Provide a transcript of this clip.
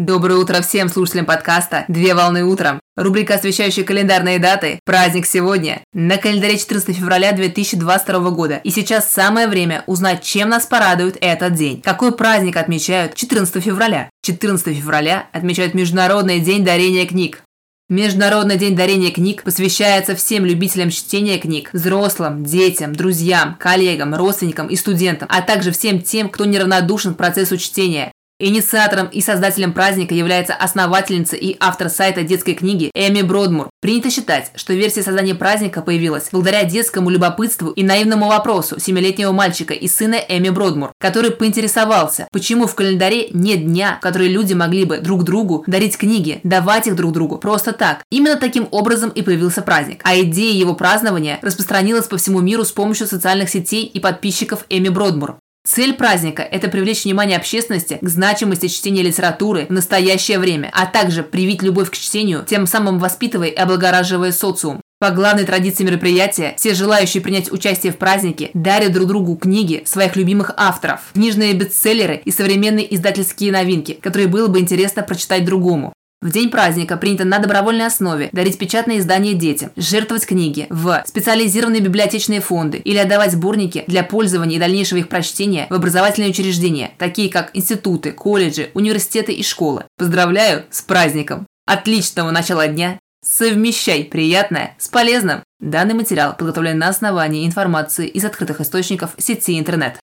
Доброе утро всем слушателям подкаста «Две волны утром». Рубрика, освещающая календарные даты. Праздник сегодня. На календаре 14 февраля 2022 года. И сейчас самое время узнать, чем нас порадует этот день. Какой праздник отмечают 14 февраля? 14 февраля отмечают Международный день дарения книг. Международный день дарения книг посвящается всем любителям чтения книг, взрослым, детям, друзьям, коллегам, родственникам и студентам, а также всем тем, кто неравнодушен к процессу чтения. Инициатором и создателем праздника является основательница и автор сайта детской книги Эми Бродмур. Принято считать, что версия создания праздника появилась благодаря детскому любопытству и наивному вопросу 7-летнего мальчика и сына Эми Бродмур, который поинтересовался, почему в календаре нет дня, в который люди могли бы друг другу дарить книги, давать их друг другу просто так. Именно таким образом и появился праздник. А идея его празднования распространилась по всему миру с помощью социальных сетей и подписчиков Эми Бродмур. Цель праздника – это привлечь внимание общественности к значимости чтения литературы в настоящее время, а также привить любовь к чтению, тем самым воспитывая и облагораживая социум. По главной традиции мероприятия, все желающие принять участие в празднике дарят друг другу книги своих любимых авторов, книжные бестселлеры и современные издательские новинки, которые было бы интересно прочитать другому. В день праздника принято на добровольной основе дарить печатные издания детям, жертвовать книги в специализированные библиотечные фонды или отдавать сборники для пользования и дальнейшего их прочтения в образовательные учреждения, такие как институты, колледжи, университеты и школы. Поздравляю с праздником! Отличного начала дня! Совмещай приятное с полезным! Данный материал подготовлен на основании информации из открытых источников сети интернет.